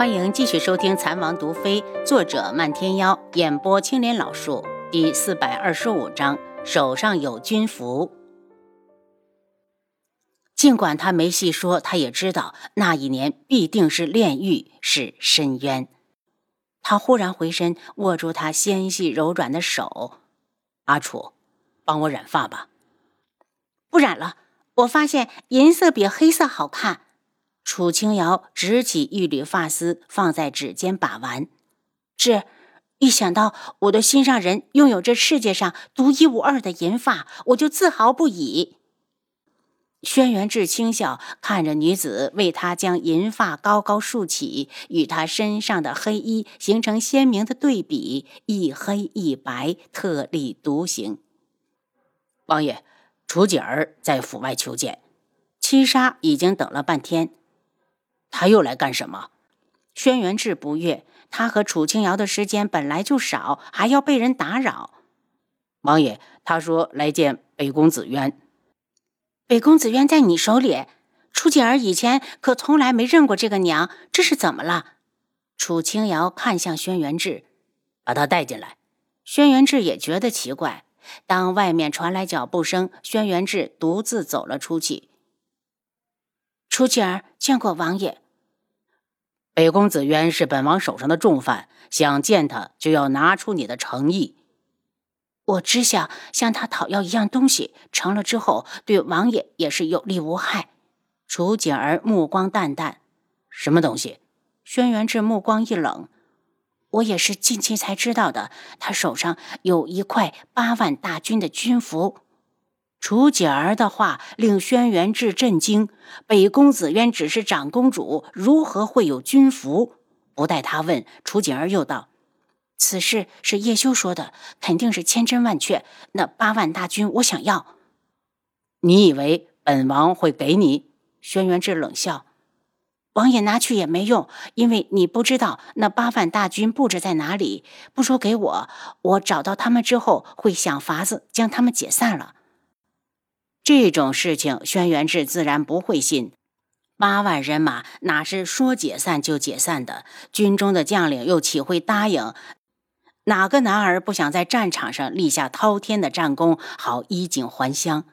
欢迎继续收听《残王毒妃》，作者漫天妖，演播青莲老树，第425章，手上有军符。尽管他没细说，他也知道那一年必定是炼狱，是深渊。他忽然回身握住他纤细柔软的手，阿楚，帮我染发吧。不染了，我发现银色比黑色好看。楚清瑶执起一缕发丝放在指尖把玩，一想到我的心上人拥有这世界上独一无二的银发，我就自豪不已。轩辕志轻笑，看着女子为他将银发高高竖起，与他身上的黑衣形成鲜明的对比，一黑一白，特立独行。王爷，楚锦儿在府外求见，七杀已经等了半天。他又来干什么？轩辕志不悦，他和楚清瑶的时间本来就少，还要被人打扰。王爷，他说来见北宫紫渊。北宫紫渊在你手里？楚锦儿以前可从来没认过这个娘，这是怎么了？楚清瑶看向轩辕志，把他带进来。轩辕志也觉得奇怪，当外面传来脚步声，轩辕志独自走了出去。楚锦儿见过王爷。北宫紫渊是本王手上的重犯，想见他就要拿出你的诚意。我只想向他讨要一样东西，成了之后对王爷也是有利无害。楚锦儿目光淡淡。什么东西？轩辕志目光一冷。我也是近期才知道的，他手上有一块8万大军的军符。楚锦儿的话令轩辕志震惊，北宫紫渊只是长公主，如何会有军符？不待他问，楚锦儿又道：此事是叶修说的，肯定是千真万确，那8万大军我想要。你以为本王会给你？轩辕志冷笑。王爷拿去也没用，因为你不知道那8万大军布置在哪里。不说给我，我找到他们之后会想法子将他们解散了。这种事情轩辕志自然不会信，8万人马哪是说解散就解散的，军中的将领又岂会答应？哪个男儿不想在战场上立下滔天的战功，好衣锦还乡？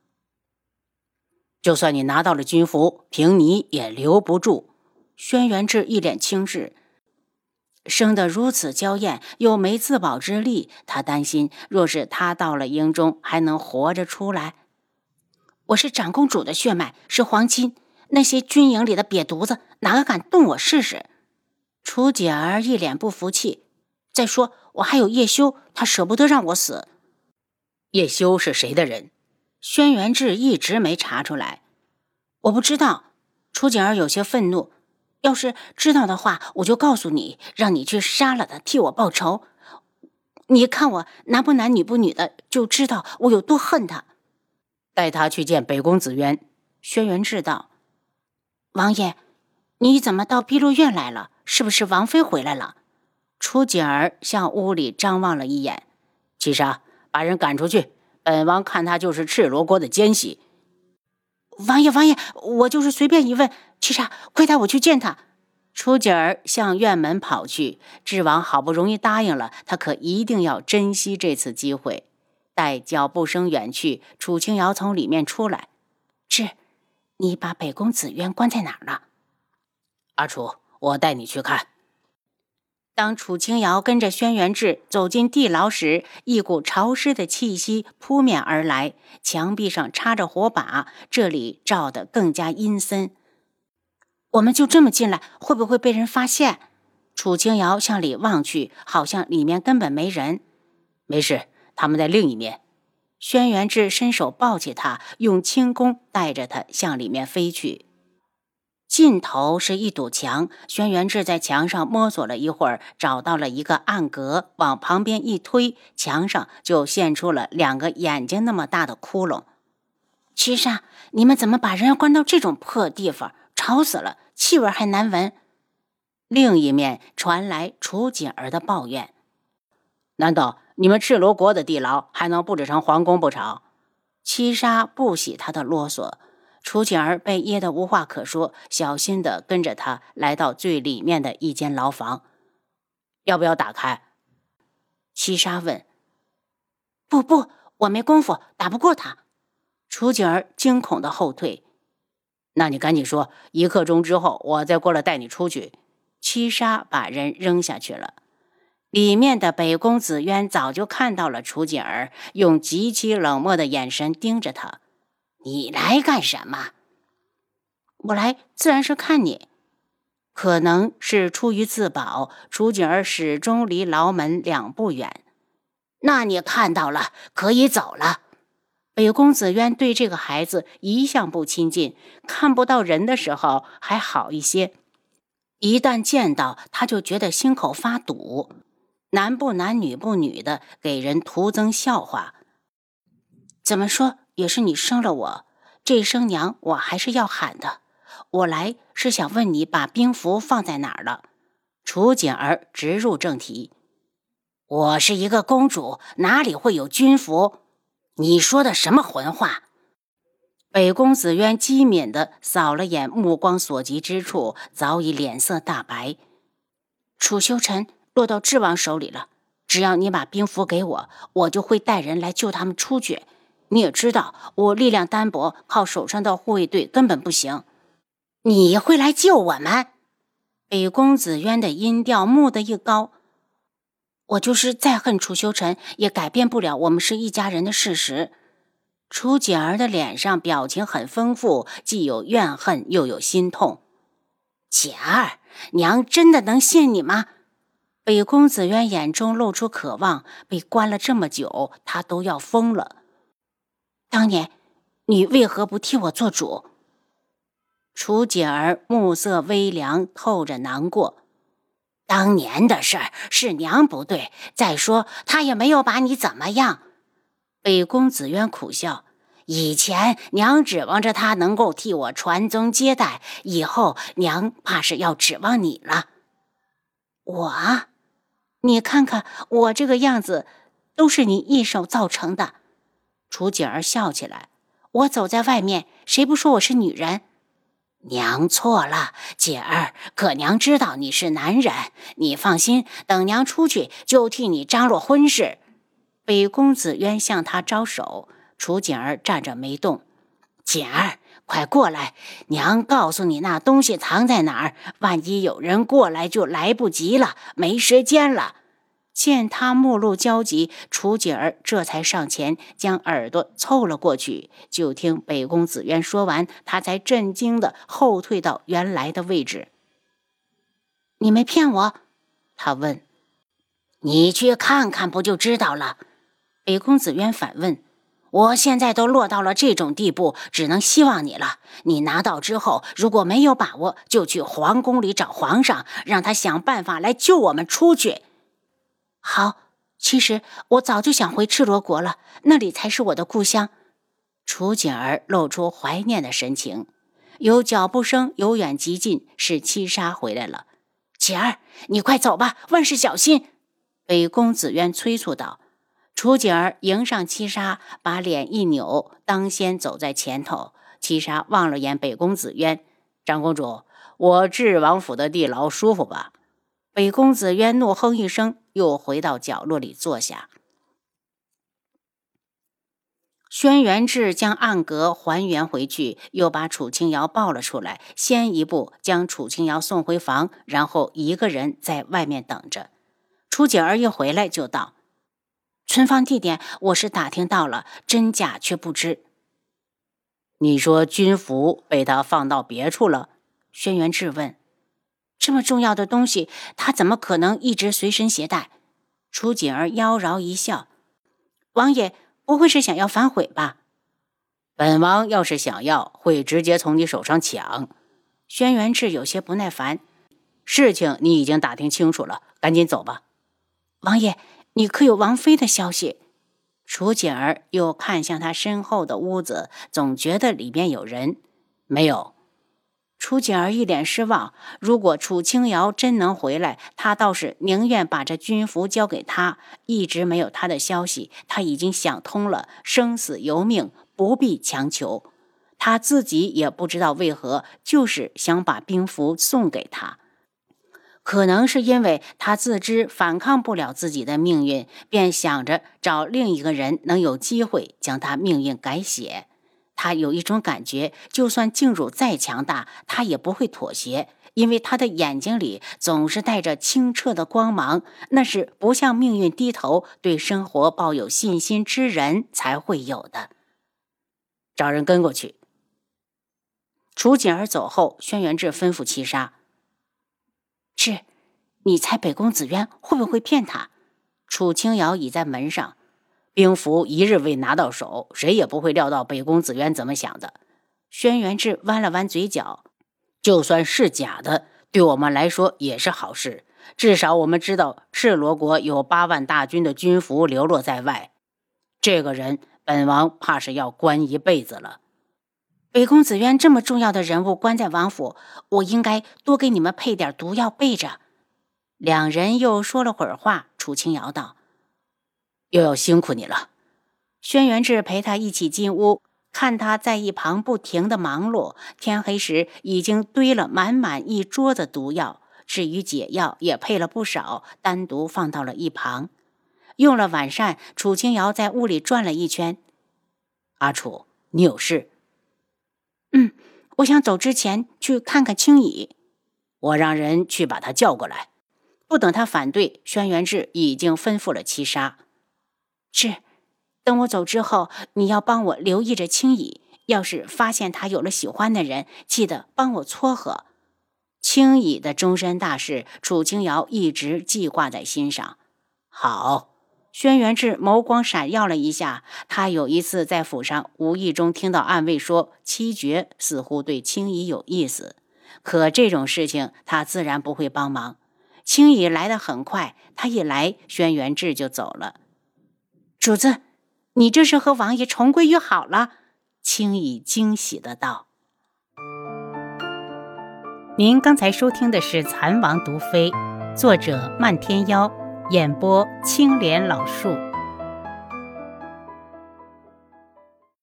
就算你拿到了军符，凭你也留不住。轩辕志一脸轻视，生得如此娇艳，又没自保之力，他担心若是他到了营中还能活着出来。我是长公主的血脉，是皇亲，那些军营里的瘪犊子哪个敢动我试试？楚锦儿一脸不服气。再说我还有叶修，他舍不得让我死。叶修是谁的人？轩辕志一直没查出来。我不知道。楚锦儿有些愤怒，要是知道的话，我就告诉你，让你去杀了他，替我报仇。你看我男不男女不女的，就知道我有多恨他。带他去见北宫紫渊。轩辕志道：王爷，你怎么到碧落院来了？是不是王妃回来了？楚锦儿向屋里张望了一眼。七杀，把人赶出去，本王看他就是赤罗国的奸细。王爷，我就是随便一问。七杀，快带我去见他。楚锦儿向院门跑去，智王好不容易答应了，他可一定要珍惜这次机会。待脚步声远去，楚清瑶从里面出来。你把北宫紫渊关在哪儿了？阿楚，我带你去看。当楚清瑶跟着轩辕志走进地牢时，一股潮湿的气息扑面而来，墙壁上插着火把，这里照得更加阴森。我们就这么进来，会不会被人发现？楚清瑶向里望去，好像里面根本没人。没事，他们在另一面。轩辕志伸手抱起他，用轻功带着他向里面飞去。尽头是一堵墙，轩辕志在墙上摸索了一会儿，找到了一个暗格，往旁边一推，墙上就现出了2个眼睛那么大的窟窿。七杀，你们怎么把人关到这种破地方？吵死了，气味还难闻。另一面传来楚锦儿的抱怨：难道你们赤罗国的地牢还能布置成皇宫不成？七杀不喜他的啰嗦。 楚景儿被噎得无话可说，小心地跟着他来到最里面的一间牢房。要不要打开？七杀问。不，我没功夫，打不过他。楚景儿惊恐地后退。那你赶紧说，1刻钟之后我再过来带你出去。七杀把人扔下去了。里面的北宫子渊早就看到了楚景儿，用极其冷漠的眼神盯着他。你来干什么？我来自然是看你。可能是出于自保，楚景儿始终离牢门2步远。那你看到了，可以走了。北宫子渊对这个孩子一向不亲近，看不到人的时候还好一些，一旦见到他就觉得心口发堵，男不男女不女的，给人徒增笑话。怎么说也是你生了我，这声娘我还是要喊的。我来是想问你把兵符放在哪儿了。楚景儿直入正题。我是一个公主，哪里会有军服？你说的什么混话？北宫子渊机敏地扫了眼目光所及之处，早已脸色大白。楚修臣落到智王手里了，只要你把兵符给我，我就会带人来救他们出去。你也知道我力量单薄，靠手上的护卫队根本不行。你会来救我们？北宫子渊的音调蓦地一高。我就是再恨楚修臣，也改变不了我们是一家人的事实。楚景儿的脸上表情很丰富，既有怨恨又有心痛。景儿，娘真的能信你吗？北宫子渊眼中露出渴望，被关了这么久，他都要疯了。当年你为何不替我做主？楚景儿目色微凉，透着难过。当年的事儿是娘不对，再说她也没有把你怎么样。北宫子渊苦笑，以前娘指望着她能够替我传宗接代，以后娘怕是要指望你了。我？你看看我这个样子，都是你一手造成的。楚景儿笑起来，我走在外面，谁不说我是女人？娘错了，姐儿，可娘知道你是男人，你放心，等娘出去就替你张罗婚事。北宫子渊向他招手，楚景儿站着没动。景儿，快过来，娘告诉你那东西藏在哪儿，万一有人过来就来不及了，没时间了。见他目露焦急，楚景儿这才上前将耳朵凑了过去。就听北宫子渊说完，他才震惊地后退到原来的位置。你没骗我？他问。你去看看不就知道了。北宫子渊反问。我现在都落到了这种地步，只能希望你了。你拿到之后，如果没有把握，就去皇宫里找皇上，让他想办法来救我们出去。好，其实我早就想回赤罗国了，那里才是我的故乡。楚景儿露出怀念的神情。有脚步声由远及近，是七杀回来了。景儿，你快走吧，万事小心。北宫子渊催促道。楚景儿迎上七杀，把脸一扭，当先走在前头。七杀望了眼北宫子渊，长公主，我智王府的地牢舒服吧？北宫子渊怒哼一声，又回到角落里坐下。轩辕志将暗格还原回去，又把楚清瑶抱了出来，先一步将楚清瑶送回房，然后一个人在外面等着。楚景儿一回来就道：存放地点我是打听到了，真假却不知。你说军服被他放到别处了？轩辕志问。这么重要的东西，他怎么可能一直随身携带？楚景儿妖娆一笑。王爷不会是想要反悔吧？本王要是想要，会直接从你手上抢。轩辕志有些不耐烦。事情你已经打听清楚了，赶紧走吧。王爷，你可有王妃的消息？楚景儿又看向他身后的屋子，总觉得里边有人。没有。楚景儿一脸失望，如果楚清瑶真能回来，他倒是宁愿把这军服交给他。一直没有他的消息，他已经想通了，生死由命，不必强求。 他自己也不知道为何，就是想把兵符送给他。可能是因为他自知反抗不了自己的命运，便想着找另一个人能有机会将他命运改写。他有一种感觉，就算静茹再强大，他也不会妥协，因为他的眼睛里总是带着清澈的光芒，那是不向命运低头，对生活抱有信心之人才会有的。找人跟过去。楚锦儿走后，轩辕志吩咐七杀：是，你猜北宫子渊会不会骗他？楚清瑶倚在门上，兵符一日未拿到手，谁也不会料到北宫子渊怎么想的。轩辕志弯了弯嘴角，就算是假的，对我们来说也是好事，至少我们知道赤罗国有8万大军的军符流落在外，这个人本王怕是要关一辈子了。北宫子渊这么重要的人物关在王府，我应该多给你们配点毒药备着。两人又说了会儿话，楚清瑶道：又要辛苦你了。轩辕志陪他一起进屋，看他在一旁不停地忙碌，天黑时已经堆了满满一桌的毒药，至于解药也配了不少，单独放到了一旁。用了晚膳，楚清瑶在屋里转了一圈。阿楚，你有事？我想走之前去看看青羽。我让人去把他叫过来。不等他反对，轩辕志已经吩咐了七杀：是，等我走之后，你要帮我留意着青羽，要是发现他有了喜欢的人，记得帮我撮合。青羽的终身大事，楚清瑶一直记挂在心上。好。轩辕志眸光闪耀了一下，他有一次在府上无意中听到暗卫说七绝似乎对青羽有意思，可这种事情他自然不会帮忙。青羽来得很快，他一来，轩辕志就走了。主子，你这是和王爷重归于好了？青羽惊喜的道。您刚才收听的是《蚕王毒妃》，作者漫天妖，演播青莲老树。